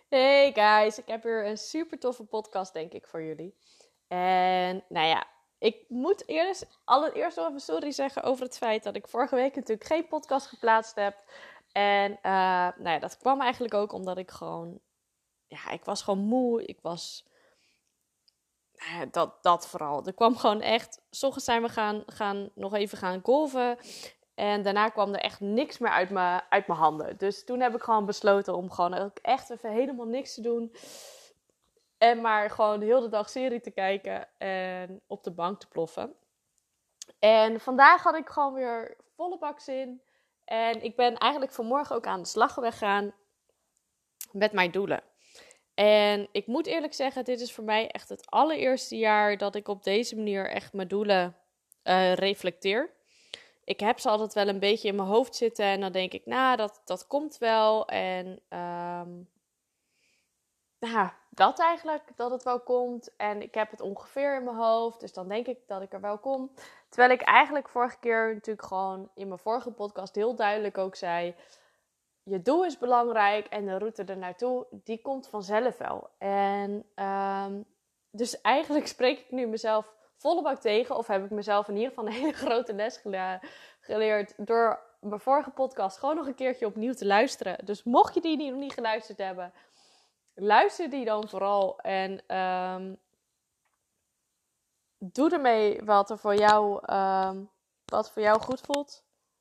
Hey guys, ik heb weer een super toffe podcast denk ik voor jullie. En nou ja, ik moet allereerst nog even sorry zeggen over het feit dat ik vorige week natuurlijk geen podcast geplaatst heb. En nou ja, dat kwam eigenlijk ook omdat ik gewoon, ja, ik was gewoon moe. Ik was, nou ja, dat vooral. Er kwam gewoon echt, 's ochtends zijn we nog even gaan golven. En daarna kwam er echt niks meer uit mijn handen. Dus toen heb ik gewoon besloten om gewoon ook echt even helemaal niks te doen. En maar gewoon de hele dag serie te kijken en op de bank te ploffen. En vandaag had ik gewoon weer volle bak zin. En ik ben eigenlijk vanmorgen ook aan de slag gegaan met mijn doelen. En ik moet eerlijk zeggen, dit is voor mij echt het allereerste jaar dat ik op deze manier echt mijn doelen reflecteer. Ik heb ze altijd wel een beetje in mijn hoofd zitten en dan denk ik, nou, dat komt wel. En dat eigenlijk, dat het wel komt. En ik heb het ongeveer in mijn hoofd, dus dan denk ik dat ik er wel kom. Terwijl ik eigenlijk vorige keer natuurlijk gewoon in mijn vorige podcast heel duidelijk ook zei, je doel is belangrijk en de route er naartoe, die komt vanzelf wel. En dus eigenlijk spreek ik nu mezelf volle bak tegen, of heb ik mezelf in ieder geval een hele grote les geleerd door mijn vorige podcast gewoon nog een keertje opnieuw te luisteren. Dus mocht je die nog niet geluisterd hebben, luister die dan vooral en doe ermee wat voor jou goed voelt.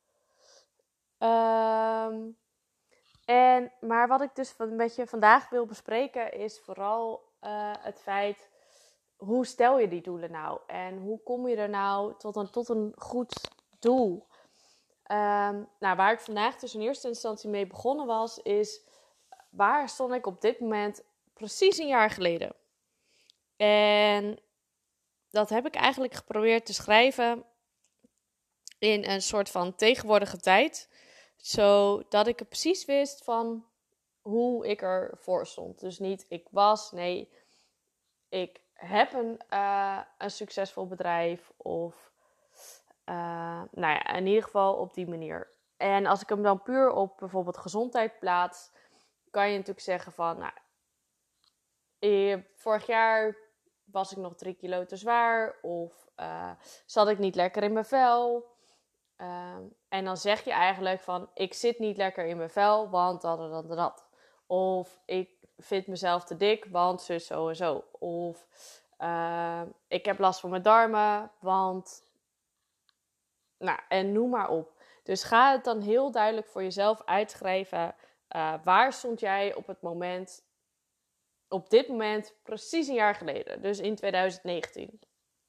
Maar wat ik dus met je vandaag wil bespreken is vooral het feit, hoe stel je die doelen nou? En hoe kom je er nou tot een goed doel? Nou, waar ik vandaag dus in eerste instantie mee begonnen was, is waar stond ik op dit moment precies een jaar geleden? En dat heb ik eigenlijk geprobeerd te schrijven in een soort van tegenwoordige tijd. Zodat ik precies wist van hoe ik ervoor stond. Dus niet ik was, nee, ik heb een succesvol bedrijf. Of nou ja, in ieder geval op die manier. En als ik hem dan puur op bijvoorbeeld gezondheid plaats, kan je natuurlijk zeggen van, nou, vorig jaar was ik nog 3 kilo te zwaar. Of zat ik niet lekker in mijn vel. En dan zeg je eigenlijk van, ik zit niet lekker in mijn vel, want dat. Of ik vind mezelf te dik, want zus zo en zo. Of ik heb last van mijn darmen, want... Nou, en noem maar op. Dus ga het dan heel duidelijk voor jezelf uitschrijven. Waar stond jij op dit moment, precies een jaar geleden. Dus in 2019.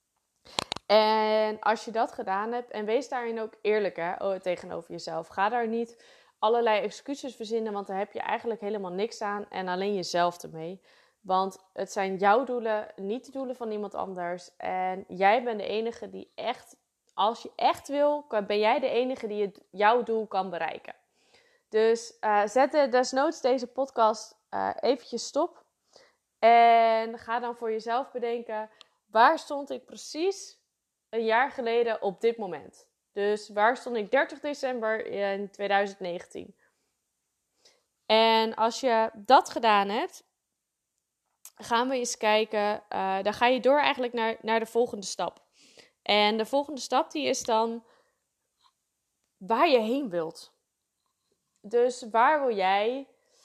En als je dat gedaan hebt, en wees daarin ook eerlijk tegenover jezelf. Ga daar niet allerlei excuses verzinnen, want daar heb je eigenlijk helemaal niks aan en alleen jezelf ermee. Want het zijn jouw doelen, niet de doelen van iemand anders. En jij bent de enige die echt, als je echt wil, ben jij de enige die jouw doel kan bereiken. Dus zet desnoods deze podcast eventjes stop. En ga dan voor jezelf bedenken, waar stond ik precies een jaar geleden op dit moment? Dus waar stond ik 30 december in 2019? En als je dat gedaan hebt, gaan we eens kijken. Dan ga je door eigenlijk naar de volgende stap. En de volgende stap die is dan waar je heen wilt. Dus waar wil jij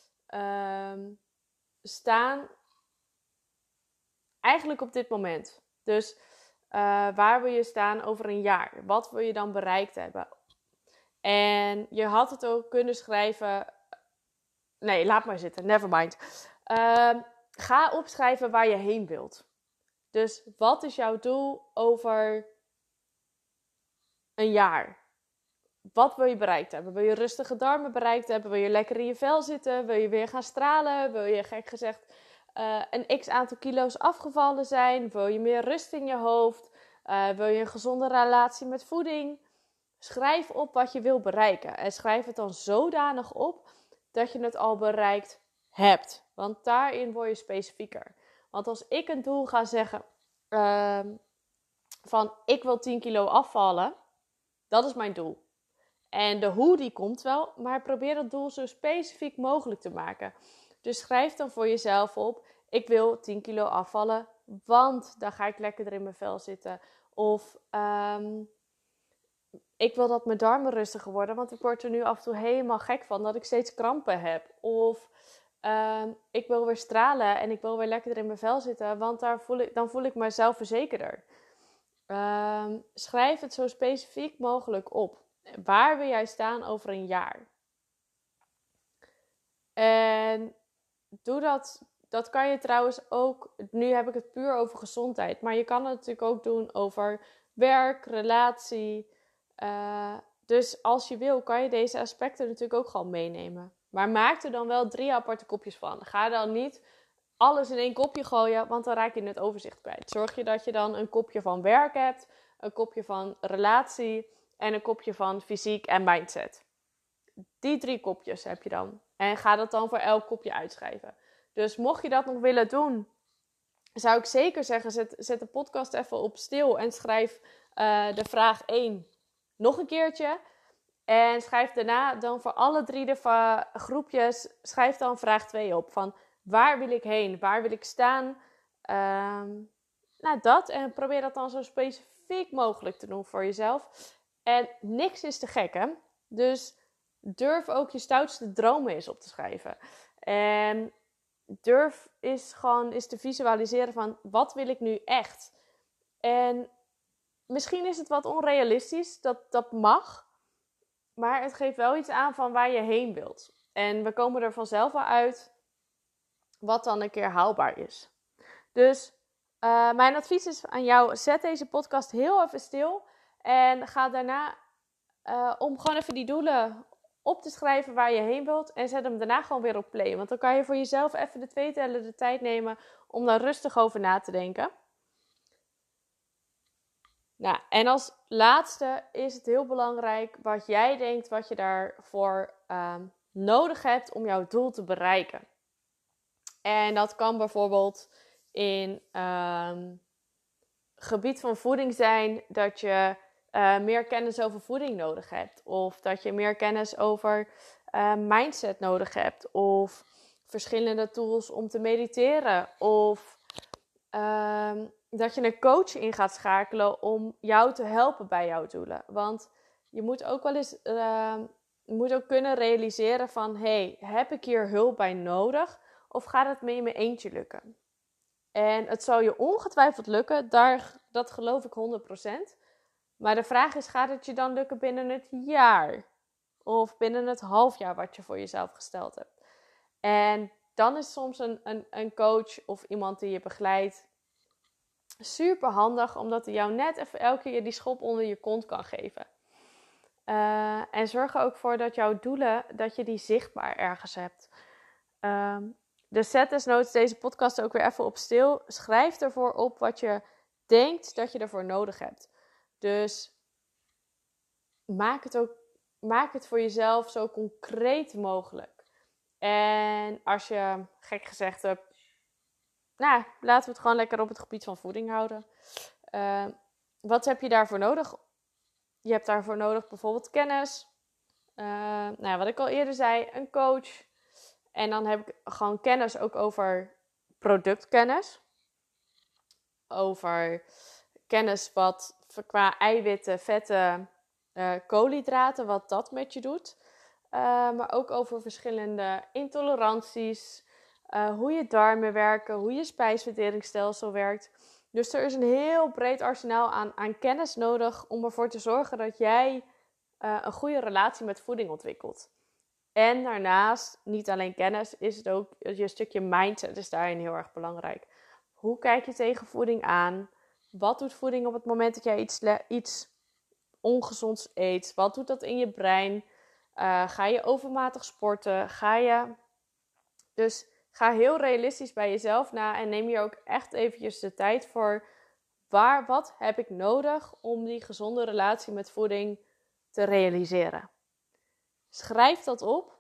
staan eigenlijk op dit moment? Dus waar wil je staan over een jaar? Wat wil je dan bereikt hebben? En je had het ook kunnen schrijven... Nee, laat maar zitten. Never mind. Ga opschrijven waar je heen wilt. Dus wat is jouw doel over een jaar? Wat wil je bereikt hebben? Wil je rustige darmen bereikt hebben? Wil je lekker in je vel zitten? Wil je weer gaan stralen? Wil je, gek gezegd, een x-aantal kilo's afgevallen zijn? Wil je meer rust in je hoofd? Wil je een gezonde relatie met voeding? Schrijf op wat je wil bereiken. En schrijf het dan zodanig op dat je het al bereikt hebt. Want daarin word je specifieker. Want als ik een doel ga zeggen van ik wil 10 kilo afvallen, dat is mijn doel. En de hoe die komt wel, maar probeer dat doel zo specifiek mogelijk te maken. Dus schrijf dan voor jezelf op, ik wil 10 kilo afvallen, want dan ga ik lekkerder in mijn vel zitten. Of ik wil dat mijn darmen rustiger worden, want ik word er nu af en toe helemaal gek van dat ik steeds krampen heb. Of ik wil weer stralen en ik wil weer lekkerder in mijn vel zitten, want dan voel ik me zelfverzekerder. Schrijf het zo specifiek mogelijk op. Waar wil jij staan over een jaar? En doe dat kan je trouwens ook, nu heb ik het puur over gezondheid, maar je kan het natuurlijk ook doen over werk, relatie. Dus als je wil, kan je deze aspecten natuurlijk ook gewoon meenemen. Maar maak er dan wel 3 aparte kopjes van. Ga dan niet alles in 1 kopje gooien, want dan raak je het overzicht kwijt. Zorg je dat je dan een kopje van werk hebt, een kopje van relatie en een kopje van fysiek en mindset. Die 3 kopjes heb je dan. En ga dat dan voor elk kopje uitschrijven. Dus mocht je dat nog willen doen, zou ik zeker zeggen, zet de podcast even op stil en schrijf de vraag 1 nog een keertje. En schrijf daarna dan voor alle 3 de groepjes, schrijf dan vraag 2 op. Van waar wil ik heen? Waar wil ik staan? Dat. En probeer dat dan zo specifiek mogelijk te doen voor jezelf. En niks is te gek, hè? Dus durf ook je stoutste dromen eens op te schrijven. En durf is te visualiseren van wat wil ik nu echt? En misschien is het wat onrealistisch, dat mag. Maar het geeft wel iets aan van waar je heen wilt. En we komen er vanzelf wel uit wat dan een keer haalbaar is. Dus mijn advies is aan jou, zet deze podcast heel even stil. En ga daarna om gewoon even die doelen op te schrijven waar je heen wilt. En zet hem daarna gewoon weer op play. Want dan kan je voor jezelf even de 2 tellen de tijd nemen om daar rustig over na te denken. Nou, en als laatste is het heel belangrijk wat jij denkt wat je daarvoor nodig hebt om jouw doel te bereiken. En dat kan bijvoorbeeld in gebied van voeding zijn dat je meer kennis over voeding nodig hebt. Of dat je meer kennis over mindset nodig hebt. Of verschillende tools om te mediteren. Of dat je een coach in gaat schakelen om jou te helpen bij jouw doelen. Want je moet ook wel eens kunnen realiseren van, heb ik hier hulp bij nodig? Of gaat het me in mijn eentje lukken? En het zal je ongetwijfeld lukken, dat geloof ik 100%. Maar de vraag is, gaat het je dan lukken binnen het jaar? Of binnen het half jaar wat je voor jezelf gesteld hebt? En dan is soms een coach of iemand die je begeleidt super handig, omdat hij jou net even elke keer die schop onder je kont kan geven. En zorg er ook voor dat jouw doelen, dat je die zichtbaar ergens hebt. Dus zet desnoods deze podcast ook weer even op stil. Schrijf ervoor op wat je denkt dat je ervoor nodig hebt. Dus maak het voor jezelf zo concreet mogelijk. En als je gek gezegd hebt, laten we het gewoon lekker op het gebied van voeding houden. Wat heb je daarvoor nodig? Je hebt daarvoor nodig bijvoorbeeld kennis. Wat ik al eerder zei, een coach. En dan heb ik gewoon kennis ook over productkennis. Over kennis wat qua eiwitten, vetten, koolhydraten, wat dat met je doet. Maar ook over verschillende intoleranties. Hoe je darmen werken, hoe je spijsverteringsstelsel werkt. Dus er is een heel breed arsenaal aan kennis nodig om ervoor te zorgen dat jij een goede relatie met voeding ontwikkelt. En daarnaast, niet alleen kennis, is het ook je stukje mindset is daarin heel erg belangrijk. Hoe kijk je tegen voeding aan? Wat doet voeding op het moment dat jij iets ongezonds eet? Wat doet dat in je brein? Ga je overmatig sporten? Dus ga heel realistisch bij jezelf na en neem hier ook echt eventjes de tijd voor. Wat heb ik nodig om die gezonde relatie met voeding te realiseren? Schrijf dat op.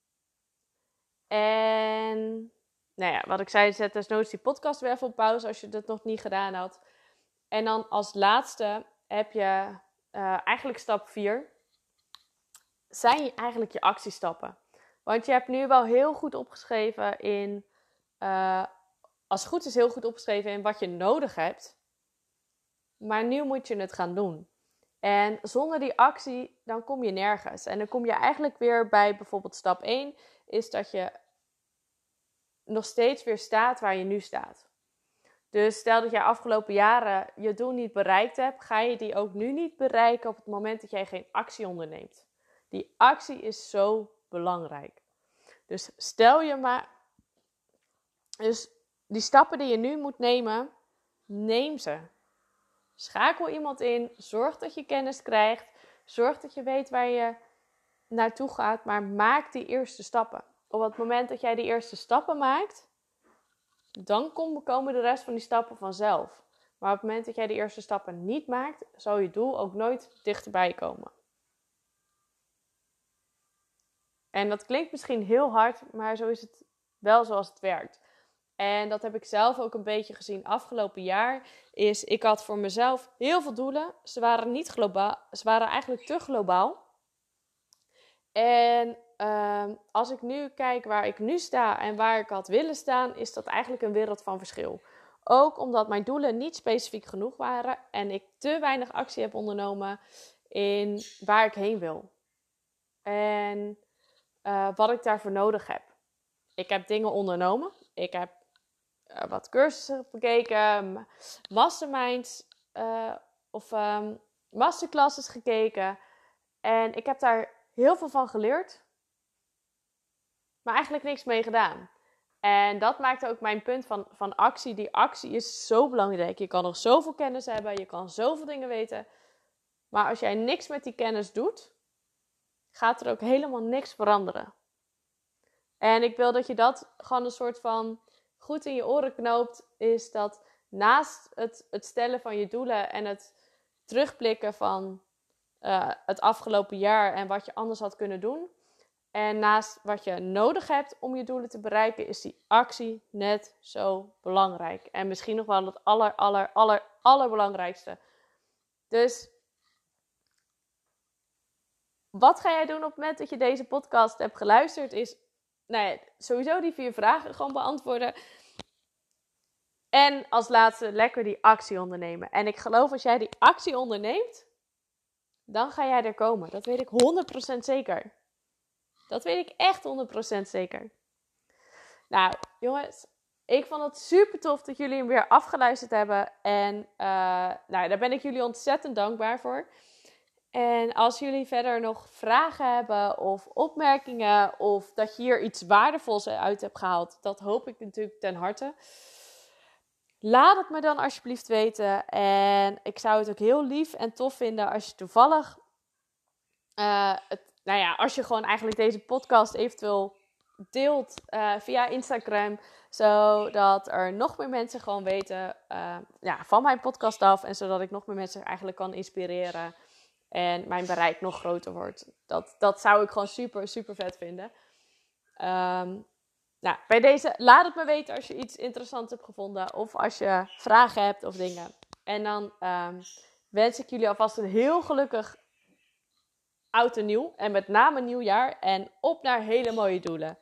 En wat ik zei, zet desnoods die podcast weer even op pauze als je dat nog niet gedaan had. En dan als laatste heb je eigenlijk stap 4. Zijn eigenlijk je actiestappen. Want je hebt nu wel heel goed opgeschreven in, als het goed is, heel goed opgeschreven in wat je nodig hebt. Maar nu moet je het gaan doen. En zonder die actie, dan kom je nergens. En dan kom je eigenlijk weer bij bijvoorbeeld stap 1, is dat je nog steeds weer staat waar je nu staat. Dus stel dat jij afgelopen jaren je doel niet bereikt hebt, ga je die ook nu niet bereiken op het moment dat jij geen actie onderneemt. Die actie is zo belangrijk. Dus stel je maar, dus die stappen die je nu moet nemen, neem ze. Schakel iemand in, zorg dat je kennis krijgt, zorg dat je weet waar je naartoe gaat, maar maak die eerste stappen. Op het moment dat jij die eerste stappen maakt, dan komen de rest van die stappen vanzelf. Maar op het moment dat jij die eerste stappen niet maakt, zal je doel ook nooit dichterbij komen. En dat klinkt misschien heel hard, maar zo is het wel zoals het werkt. En dat heb ik zelf ook een beetje gezien afgelopen jaar. Ik had voor mezelf heel veel doelen. Ze waren niet globaal. Ze waren eigenlijk te globaal. En als ik nu kijk waar ik nu sta en waar ik had willen staan, is dat eigenlijk een wereld van verschil. Ook omdat mijn doelen niet specifiek genoeg waren en ik te weinig actie heb ondernomen in waar ik heen wil. En wat ik daarvoor nodig heb. Ik heb dingen ondernomen. Ik heb wat cursussen bekeken, masterminds of masterclasses gekeken. En ik heb daar heel veel van geleerd, maar eigenlijk niks mee gedaan. En dat maakte ook mijn punt van actie. Die actie is zo belangrijk. Je kan nog zoveel kennis hebben, je kan zoveel dingen weten. Maar als jij niks met die kennis doet, gaat er ook helemaal niks veranderen. En ik wil dat je dat gewoon een soort van goed in je oren knoopt, is dat naast het stellen van je doelen en het terugblikken van het afgelopen jaar en wat je anders had kunnen doen, en naast wat je nodig hebt om je doelen te bereiken, is die actie net zo belangrijk. En misschien nog wel het allerbelangrijkste. Dus wat ga jij doen op het moment dat je deze podcast hebt geluisterd, is sowieso die 4 vragen gewoon beantwoorden. En als laatste lekker die actie ondernemen. En ik geloof als jij die actie onderneemt, dan ga jij er komen. Dat weet ik 100% zeker. Dat weet ik echt 100% zeker. Nou, jongens, ik vond het super tof dat jullie hem weer afgeluisterd hebben. En daar ben ik jullie ontzettend dankbaar voor. En als jullie verder nog vragen hebben of opmerkingen, of dat je hier iets waardevols uit hebt gehaald, dat hoop ik natuurlijk ten harte. Laat het me dan alsjeblieft weten. En ik zou het ook heel lief en tof vinden als je toevallig als je gewoon eigenlijk deze podcast eventueel deelt via Instagram, zodat er nog meer mensen gewoon weten van mijn podcast af en zodat ik nog meer mensen eigenlijk kan inspireren en mijn bereik nog groter wordt. Dat zou ik gewoon super, super vet vinden. Bij deze, laat het me weten als je iets interessants hebt gevonden of als je vragen hebt of dingen. En dan wens ik jullie alvast een heel gelukkig oud en nieuw. En met name nieuwjaar. En op naar hele mooie doelen.